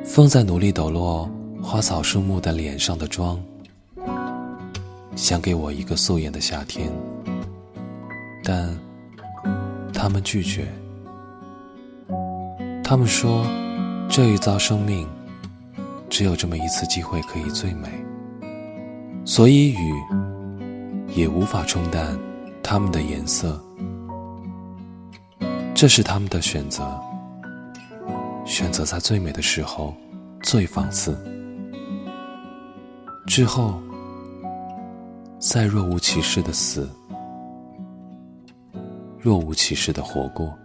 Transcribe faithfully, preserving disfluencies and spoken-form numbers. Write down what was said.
风在努力抖落花草树木的脸上的妆，想给我一个素颜的夏天，但他们拒绝。他们说，这一遭生命只有这么一次机会可以最美，所以雨也无法冲淡它们的颜色。这是他们的选择，选择在最美的时候最放肆，之后再若无其事的死，若无其事的活过。